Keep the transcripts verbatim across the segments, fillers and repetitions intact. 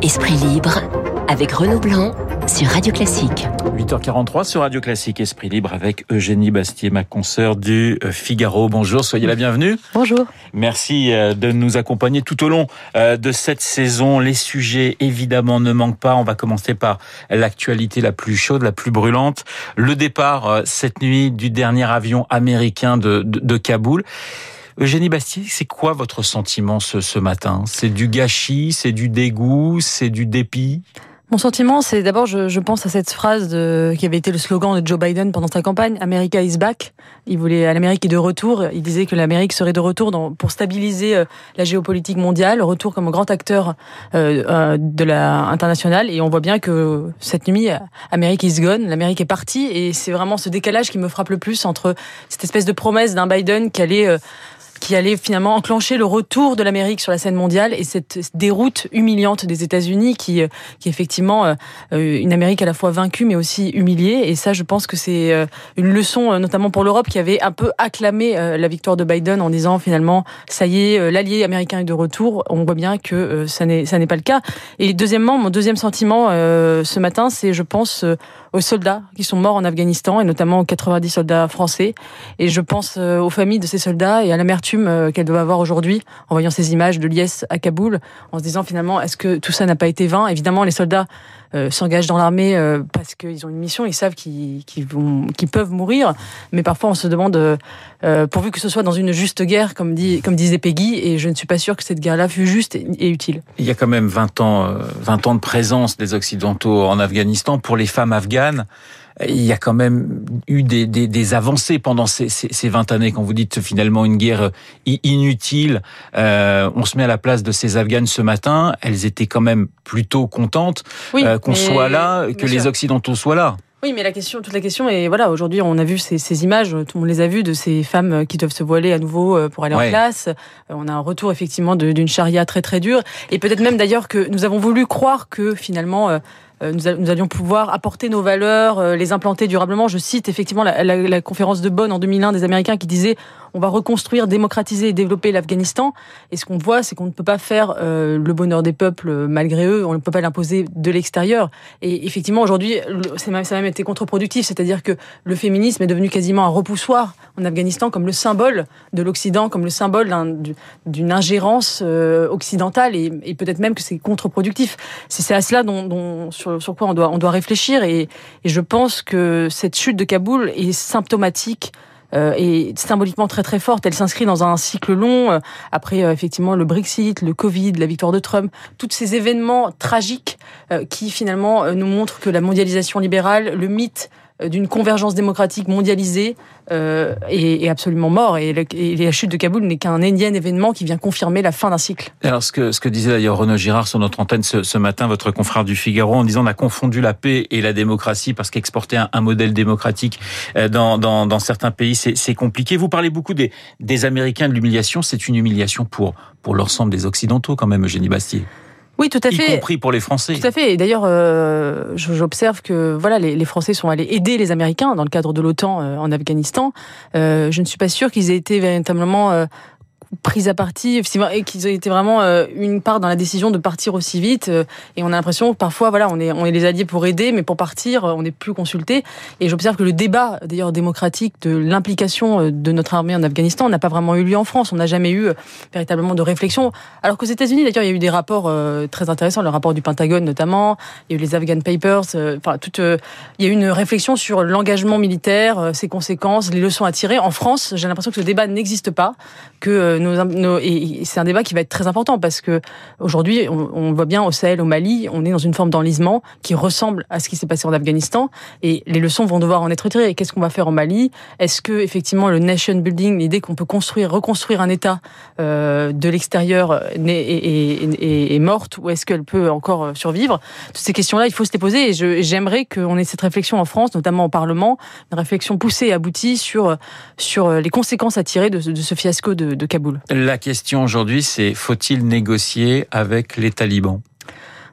Esprit libre avec Renaud Blanc sur Radio Classique. huit heures quarante-trois sur Radio Classique, Esprit libre avec Eugénie Bastier, ma consoeur du Figaro. Bonjour, soyez la bienvenue. Bonjour. Merci de nous accompagner tout au long de cette saison. Les sujets, évidemment, ne manquent pas. On va commencer par l'actualité la plus chaude, la plus brûlante. Le départ, cette nuit, du dernier avion américain de, de, de Kaboul. Eugénie Bastier, c'est quoi votre sentiment ce, ce matin ? C'est du gâchis, c'est du dégoût, c'est du dépit ? Mon sentiment, c'est d'abord, je, je pense à cette phrase de, qui avait été le slogan de Joe Biden pendant sa campagne, « America is back ». Il voulait, l'Amérique est de retour. Il disait que l'Amérique serait de retour dans, pour stabiliser euh, la géopolitique mondiale, retour comme grand acteur euh, euh, de la internationale. Et on voit bien que cette nuit, America is gone, l'Amérique est partie. Et c'est vraiment ce décalage qui me frappe le plus entre cette espèce de promesse d'un Biden qui allait... Euh, qui allait finalement enclencher le retour de l'Amérique sur la scène mondiale et cette déroute humiliante des États-Unis qui, qui est effectivement euh, une Amérique à la fois vaincue mais aussi humiliée. Et ça, je pense que c'est euh, une leçon, euh, notamment pour l'Europe, qui avait un peu acclamé euh, la victoire de Biden en disant finalement, ça y est, euh, l'allié américain est de retour. On voit bien que euh, ça n'est, ça n'est pas le cas. Et deuxièmement, mon deuxième sentiment euh, ce matin, c'est, je pense, euh, aux soldats qui sont morts en Afghanistan et notamment aux quatre-vingt-dix soldats français. Et je pense euh, aux familles de ces soldats et à l'amertume qu'elle doit avoir aujourd'hui en voyant ces images de l'I S à Kaboul, en se disant finalement est-ce que tout ça n'a pas été vain ? Évidemment, les soldats euh, s'engagent dans l'armée euh, parce qu'ils ont une mission, ils savent qu'ils, qu'ils, vont, qu'ils peuvent mourir, mais parfois on se demande euh, pourvu que ce soit dans une juste guerre, comme, dit, comme disait Peggy, et je ne suis pas sûre que cette guerre-là fut juste et, et utile. Il y a quand même vingt ans, euh, vingt ans de présence des Occidentaux en Afghanistan. Pour les femmes afghanes, il y a quand même eu des, des, des avancées pendant ces, ces, ces vingt années. Quand vous dites finalement une guerre inutile, euh, on se met à la place de ces Afghanes ce matin. Elles étaient quand même plutôt contentes oui, euh, qu'on soit là, que les sûr. Occidentaux soient là. Oui, mais la question, toute la question est, voilà, aujourd'hui, on a vu ces, ces images, tout le monde les a vues, de ces femmes qui doivent se voiler à nouveau pour aller ouais. en classe. On a un retour, effectivement, de, d'une charia très, très dure. Et peut-être même, d'ailleurs, que nous avons voulu croire que, finalement, euh, nous, a, nous allions pouvoir apporter nos valeurs, euh, les implanter durablement. Je cite, effectivement, la, la, la conférence de Bonn en deux mille un des Américains qui disait on va reconstruire, démocratiser et développer l'Afghanistan. Et ce qu'on voit, c'est qu'on ne peut pas faire euh, le bonheur des peuples malgré eux. On ne peut pas l'imposer de l'extérieur. Et effectivement, aujourd'hui, c'est même, ça a même été contre-productif. C'est-à-dire que le féminisme est devenu quasiment un repoussoir en Afghanistan, comme le symbole de l'Occident, comme le symbole d'un, d'une ingérence euh, occidentale. Et, et peut-être même que c'est contre-productif. C'est, c'est à cela dont, dont, sur, sur quoi on doit, on doit réfléchir. Et, et je pense que cette chute de Kaboul est symptomatique Euh, et symboliquement très très forte. Elle s'inscrit dans un cycle long, euh, après euh, effectivement le Brexit, le Covid, la victoire de Trump, tous ces événements tragiques euh, qui finalement euh, nous montrent que la mondialisation libérale, le mythe euh, d'une convergence démocratique mondialisée euh, est, est absolument mort. Et, le, et la chute de Kaboul n'est qu'un énième événement qui vient confirmer la fin d'un cycle. Alors ce que, ce que disait d'ailleurs Renaud Girard sur notre antenne ce, ce matin, votre confrère du Figaro, en disant on a confondu la paix et la démocratie parce qu'exporter un, un modèle démocratique dans, dans, dans certains pays, c'est, c'est compliqué. Vous parlez beaucoup des, des Américains, de l'humiliation. C'est une humiliation pour, pour l'ensemble des Occidentaux quand même, Eugénie Bastier. Oui, tout à fait. Y compris pour les Français. Tout à fait. Et d'ailleurs, euh, j'observe que voilà, les, les Français sont allés aider les Américains dans le cadre de l'OTAN euh, en Afghanistan. Euh, je ne suis pas sûre qu'ils aient été véritablement euh, pris à partie et qu'ils aient été vraiment euh, une part dans la décision de partir aussi vite. Euh, et on a l'impression que parfois, voilà, on est, on est les alliés pour aider, mais pour partir, on n'est plus consultés. Et j'observe que le débat, d'ailleurs, démocratique de l'implication de notre armée en Afghanistan n'a pas vraiment eu lieu en France. On n'a jamais eu euh, véritablement de réflexion. Alors qu'aux États-Unis, d'ailleurs, il y a eu des rapports euh, très intéressants, le rapport du Pentagone notamment. Il y a eu les Afghan Papers. Euh, enfin, toute, euh, il y a eu une réflexion sur l'engagement militaire, euh, ses conséquences, les leçons à tirer. En France, j'ai l'impression que ce débat n'existe pas, que euh, Nos, nos, et c'est un débat qui va être très important parce que aujourd'hui, on, on voit bien au Sahel, au Mali, on est dans une forme d'enlisement qui ressemble à ce qui s'est passé en Afghanistan et les leçons vont devoir en être tirées. Qu'est-ce qu'on va faire en Mali ? Est-ce que effectivement le nation building, l'idée qu'on peut construire, reconstruire un État euh, de l'extérieur est, est, est, est morte ou est-ce qu'elle peut encore survivre ? Toutes ces questions-là, il faut se les poser et je, j'aimerais qu'on ait cette réflexion en France, notamment au Parlement, une réflexion poussée et aboutie sur, sur les conséquences à tirer de, de ce fiasco de, de Kaboul. La question aujourd'hui, c'est faut-il négocier avec les talibans ?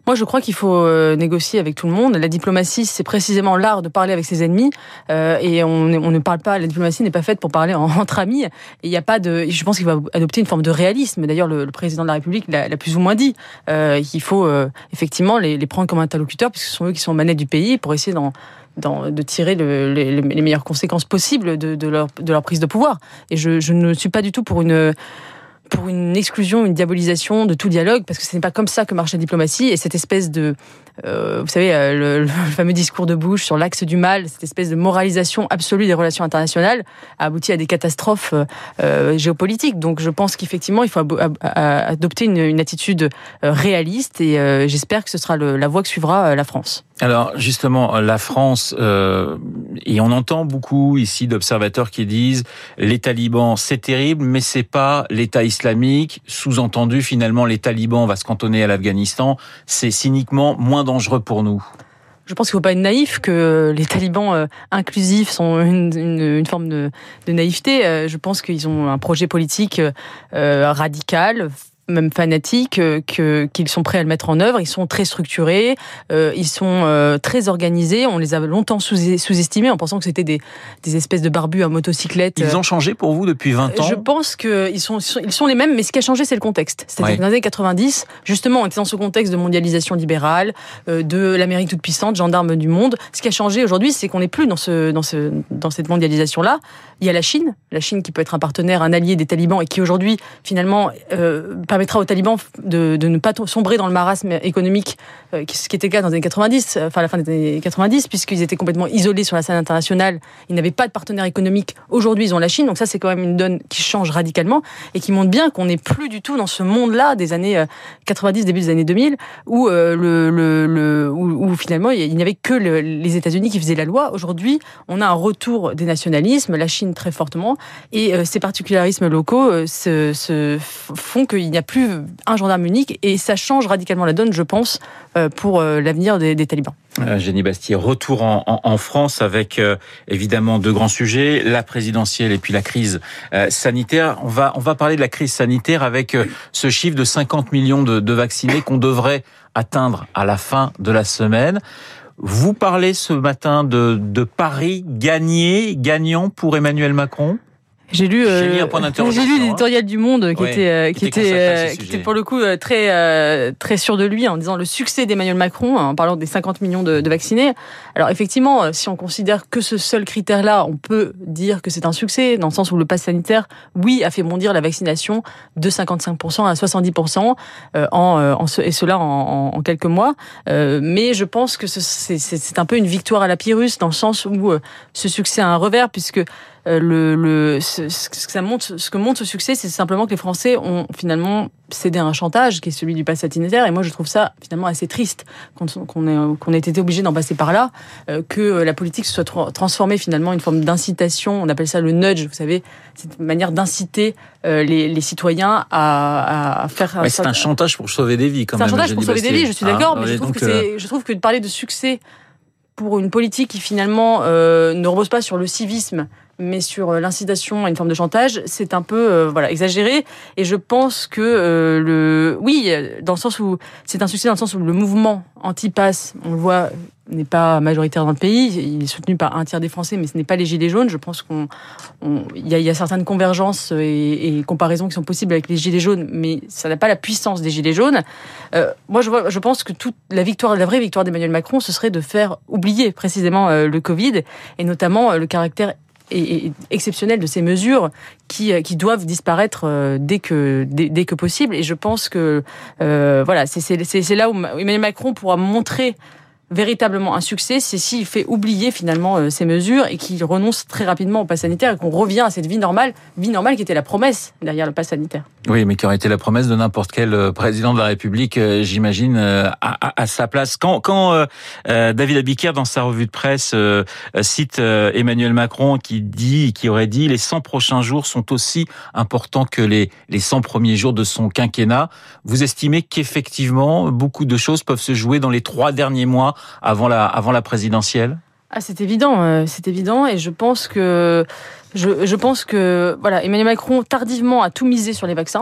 Moi, je crois qu'il faut euh, négocier avec tout le monde. La diplomatie, c'est précisément l'art de parler avec ses ennemis. Euh, et on, on ne parle pas. La diplomatie n'est pas faite pour parler en, entre amis. Et il n'y a pas de. Je pense qu'il va adopter une forme de réalisme. D'ailleurs, le, le président de la République l'a, l'a plus ou moins dit. Euh, qu'il faut euh, effectivement les, les prendre comme interlocuteurs, puisque ce sont eux qui sont aux manettes du pays, pour essayer d'en, d'en, de tirer le, les, les meilleures conséquences possibles de, de, leur, de leur prise de pouvoir. Et je, je ne suis pas du tout pour une. pour une exclusion, une diabolisation de tout dialogue, parce que ce n'est pas comme ça que marche la diplomatie, et cette espèce de, euh, vous savez, euh, le, le fameux discours de Bush sur l'axe du mal, cette espèce de moralisation absolue des relations internationales a abouti à des catastrophes euh, géopolitiques. Donc je pense qu'effectivement, il faut ab- ab- adopter une, une attitude réaliste, et euh, j'espère que ce sera le, la voie que suivra la France. Alors justement, la France, euh, et on entend beaucoup ici d'observateurs qui disent les talibans c'est terrible, mais c'est pas l'État islamique. Sous-entendu, finalement, les talibans va se cantonner à l'Afghanistan. C'est cyniquement moins dangereux pour nous. Je pense qu'il ne faut pas être naïf, que les talibans euh, inclusifs sont une, une, une forme de, de naïveté. Euh, je pense qu'ils ont un projet politique euh, radical, même fanatiques, euh, que, qu'ils sont prêts à le mettre en œuvre. Ils sont très structurés, euh, ils sont euh, très organisés. On les a longtemps sous, sous-estimés en pensant que c'était des, des espèces de barbus à motocyclette. Ils ont changé pour vous depuis vingt ans ? Je pense qu'ils sont, ils sont les mêmes, mais ce qui a changé, c'est le contexte. C'est-à-dire que dans les années quatre-vingt-dix, justement, on était dans ce contexte de mondialisation libérale, euh, de l'Amérique toute puissante, gendarme du monde. Ce qui a changé aujourd'hui, c'est qu'on n'est plus dans, ce, dans, ce, dans cette mondialisation-là. Il y a la Chine, la Chine qui peut être un partenaire, un allié des talibans, et qui aujourd'hui, finalement, euh, permettra aux talibans de, de ne pas sombrer dans le marasme économique, euh, ce qui était le cas dans les années quatre-vingt-dix, enfin à la fin des années quatre-vingt-dix, puisqu'ils étaient complètement isolés sur la scène internationale. Ils n'avaient pas de partenaire économique. Aujourd'hui, ils ont la Chine. Donc ça, c'est quand même une donne qui change radicalement et qui montre bien qu'on n'est plus du tout dans ce monde-là des années quatre-vingt-dix, début des années deux mille, où, euh, le, le, le, où, où finalement, il n'y avait que le, les États-Unis qui faisaient la loi. Aujourd'hui, on a un retour des nationalismes, la Chine très fortement, et euh, ces particularismes locaux euh, se, se font qu'il n'y a plus un gendarme unique, et ça change radicalement la donne, je pense, euh, pour euh, l'avenir des, des talibans. Euh, Jenny Bastier, retour en, en, en France avec euh, évidemment deux grands sujets, la présidentielle et puis la crise euh, sanitaire. On va on va parler de la crise sanitaire avec euh, ce chiffre de cinquante millions de, de vaccinés qu'on devrait atteindre à la fin de la semaine. Vous parlez ce matin de, de paris gagné, gagnant pour Emmanuel Macron. J'ai lu, euh, j'ai lu un point d'interrogation. J'ai lu l'éditorial du Monde qui ouais, était, euh, qui, qui était, euh, était, qui était pour le coup euh, très, euh, très sûr de lui en disant le succès d'Emmanuel Macron, en parlant des cinquante millions de, de vaccinés. Alors effectivement, si on considère que ce seul critère-là, on peut dire que c'est un succès, dans le sens où le pass sanitaire, oui, a fait bondir la vaccination de cinquante-cinq pour cent à soixante-dix pour cent, euh, en, en, et cela en, en quelques mois. Euh, mais je pense que ce, c'est, c'est un peu une victoire à la Pyrrhus, dans le sens où euh, ce succès a un revers, puisque Le, le, ce, ce, que ça montre, ce que montre ce succès, c'est simplement que les Français ont finalement cédé à un chantage qui est celui du pass sanitaire. Et moi, je trouve ça finalement assez triste qu'on, qu'on, ait, qu'on ait été obligé d'en passer par là, euh, que la politique se soit tra- transformée finalement en une forme d'incitation. On appelle ça le nudge, vous savez, cette manière d'inciter euh, les, les citoyens à, à faire. Ouais, c'est un chantage pour sauver des vies, quand c'est même. C'est un chantage pour sauver des vies, je suis d'accord, ah, mais ouais, je trouve donc, que c'est, je trouve que de parler de succès pour une politique qui finalement euh, ne repose pas sur le civisme, mais sur l'incitation à une forme de chantage, c'est un peu euh, voilà exagéré. Et je pense que euh, le oui, dans le sens où c'est un succès dans le sens où le mouvement anti-pass, on le voit, n'est pas majoritaire dans le pays. Il est soutenu par un tiers des Français, mais ce n'est pas les gilets jaunes. Je pense qu'on on, il y a, il y a certaines convergences et, et comparaisons qui sont possibles avec les gilets jaunes, mais ça n'a pas la puissance des gilets jaunes. Euh, moi, je vois, je pense que toute la victoire, la vraie victoire d'Emmanuel Macron, ce serait de faire oublier précisément euh, le Covid et notamment euh, le caractère et exceptionnel de ces mesures qui qui doivent disparaître euh, dès que dès, dès que possible. Et je pense que euh, voilà, c'est c'est c'est là où Emmanuel Macron pourra montrer véritablement un succès, c'est s'il fait oublier finalement euh, ces mesures et qu'il renonce très rapidement au pass sanitaire et qu'on revient à cette vie normale, vie normale qui était la promesse derrière le pass sanitaire. Oui, mais qui aurait été la promesse de n'importe quel président de la République, euh, j'imagine, euh, à, à sa place. Quand, quand euh, euh, David Abiker, dans sa revue de presse, euh, cite euh, Emmanuel Macron qui dit, qui aurait dit, les cent prochains jours sont aussi importants que les les cent premiers jours de son quinquennat. Vous estimez qu'effectivement beaucoup de choses peuvent se jouer dans les trois derniers mois avant la avant la présidentielle? Ah, c'est évident, euh, c'est évident, et je pense que je, je pense que voilà, Emmanuel Macron tardivement a tout misé sur les vaccins.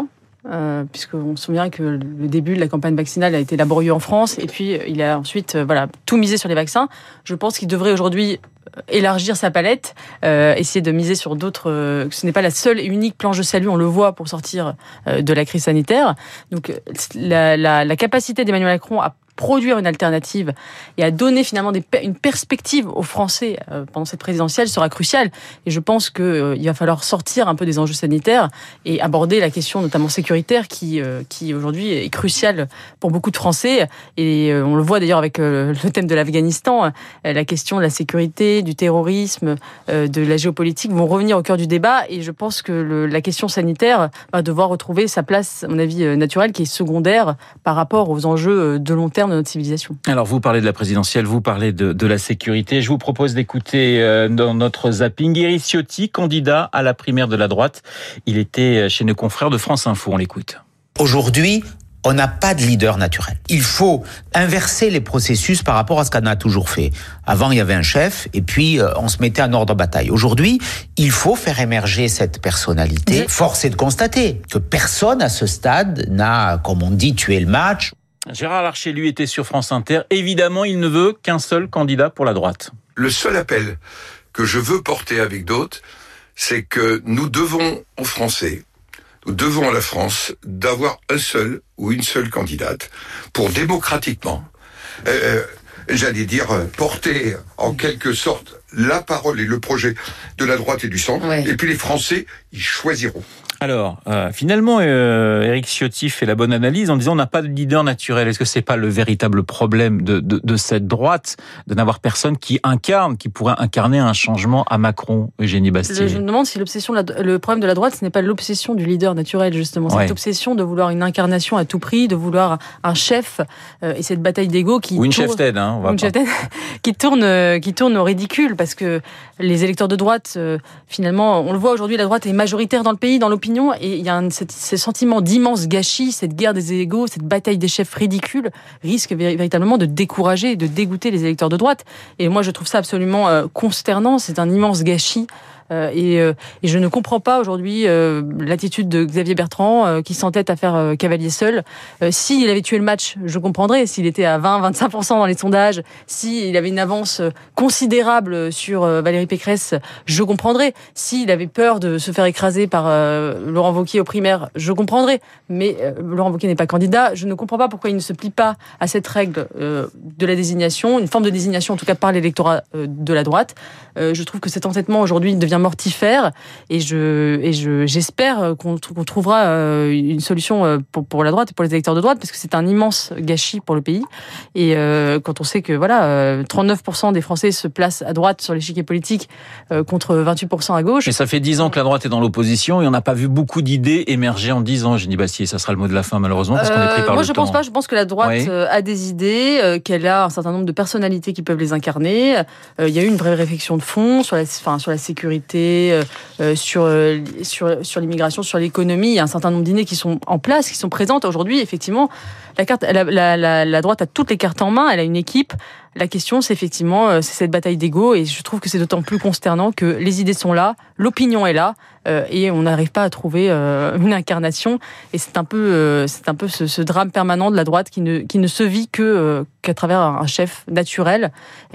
Euh, puisqu'on se souvient que le début de la campagne vaccinale a été laborieux en France, et puis il a ensuite euh, voilà, tout misé sur les vaccins. Je pense qu'il devrait aujourd'hui élargir sa palette, euh, essayer de miser sur d'autres... Euh, ce n'est pas la seule et unique planche de salut, on le voit, pour sortir euh, de la crise sanitaire. Donc la, la, la capacité d'Emmanuel Macron à produire une alternative et à donner finalement des, une perspective aux Français euh, pendant cette présidentielle sera cruciale. Et je pense qu'il euh, va falloir sortir un peu des enjeux sanitaires et aborder la question notamment sécuritaire qui, euh, qui aujourd'hui est cruciale pour beaucoup de Français. Et euh, on le voit d'ailleurs avec euh, le thème de l'Afghanistan, euh, la question de la sécurité, du terrorisme, euh, de la géopolitique vont revenir au cœur du débat. Et je pense que le, la question sanitaire va devoir retrouver sa place, à mon avis, euh, naturelle, qui est secondaire par rapport aux enjeux de long terme de notre civilisation. Alors vous parlez de la présidentielle, vous parlez de, de la sécurité. Je vous propose d'écouter euh, dans notre zapping Éric Ciotti, candidat à la primaire de la droite. Il était chez nos confrères de France Info. On l'écoute. Aujourd'hui, on n'a pas de leader naturel. Il faut inverser les processus par rapport à ce qu'on a toujours fait. Avant, il y avait un chef et puis euh, on se mettait en ordre de bataille. Aujourd'hui, il faut faire émerger cette personnalité. Mmh. Force est de constater que personne à ce stade n'a, comme on dit, tué le match. Gérard Larcher, lui, était sur France Inter. Évidemment, il ne veut qu'un seul candidat pour la droite. Le seul appel que je veux porter avec d'autres, c'est que nous devons aux Français, nous devons à la France d'avoir un seul ou une seule candidate pour démocratiquement, euh, j'allais dire, porter en quelque sorte la parole et le projet de la droite et du centre. Ouais. Et puis les Français, ils choisiront. Alors, euh, finalement, euh, Éric Ciotti fait la bonne analyse en disant on n'a pas de leader naturel. Est-ce que c'est pas le véritable problème de, de, de cette droite, de n'avoir personne qui incarne, qui pourrait incarner un changement à Macron, Eugénie Bastier? Je me demande si l'obsession, de la, le problème de la droite, ce n'est pas l'obsession du leader naturel, justement. Ouais. Cette obsession de vouloir une incarnation à tout prix, de vouloir un chef, euh, et cette bataille d'ego qui ou une tourne, chef-tête, hein, on va une pas. chef-tête qui tourne, euh, qui tourne au ridicule, parce que les électeurs de droite, euh, finalement, on le voit aujourd'hui, la droite est majoritaire dans le pays, dans l'opinion, et il y a un, ce, ce sentiment d'immense gâchis, cette guerre des égos, cette bataille des chefs ridicules, risque véritablement de décourager et de dégoûter les électeurs de droite. Et moi, je trouve ça absolument euh, consternant. C'est un immense gâchis. Euh, et, euh, et je ne comprends pas aujourd'hui euh, l'attitude de Xavier Bertrand euh, qui s'entête à faire euh, cavalier seul. Euh, s'il avait tué le match, je comprendrais. S'il était à vingt à vingt-cinq pour cent dans les sondages, s'il avait une avance considérable sur euh, Valérie Pécresse, je comprendrais. S'il avait peur de se faire écraser par euh, Laurent Wauquiez aux primaires, je comprendrais. Mais euh, Laurent Wauquiez n'est pas candidat. Je ne comprends pas pourquoi il ne se plie pas à cette règle euh, de la désignation, une forme de désignation en tout cas par l'électorat euh, de la droite. Euh, je trouve que cet entêtement aujourd'hui devient mortifère et je et je j'espère qu'on, qu'on trouvera une solution pour pour la droite et pour les électeurs de droite, parce que c'est un immense gâchis pour le pays. Et euh, quand on sait que voilà trente-neuf pour cent des Français se placent à droite sur l'échiquier politique euh, contre vingt-huit pour cent à gauche. Et ça fait dix ans que la droite est dans l'opposition et on n'a pas vu beaucoup d'idées émerger en dix ans. Eugénie Bastier, ça sera le mot de la fin malheureusement parce qu'on est pris par euh, moi, le je temps. Moi je pense pas. Je pense que la droite oui. a des idées, euh, qu'elle a un certain nombre de personnalités qui peuvent les incarner. Il euh, y a eu une vraie réflexion de fond sur la, enfin sur la sécurité. Euh, sur, euh, sur, sur l'immigration, sur l'économie. Il y a un certain nombre d'idées qui sont en place, qui sont présentes. Aujourd'hui, effectivement, la, carte, la, la, la, la droite a toutes les cartes en main, elle a une équipe. La question, c'est effectivement euh, c'est cette bataille d'ego, et je trouve que c'est d'autant plus consternant que les idées sont là, l'opinion est là, euh, et on n'arrive pas à trouver euh, une incarnation. Et c'est un peu, euh, c'est un peu ce, ce drame permanent de la droite qui ne, qui ne se vit que euh, qu'à travers un chef naturel,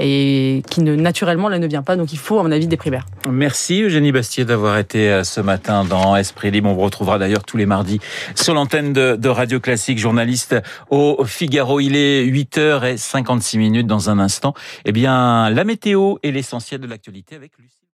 et qui ne naturellement là ne vient pas. Donc il faut, à mon avis, des primaires. Merci Eugénie Bastier d'avoir été ce matin dans Esprit Libre. On vous retrouvera d'ailleurs tous les mardis sur l'antenne de, de Radio Classique, journaliste au Figaro. Il est huit heures cinquante-six minutes. Dans un instant, eh bien, la météo et l'essentiel de l'actualité avec Lucie.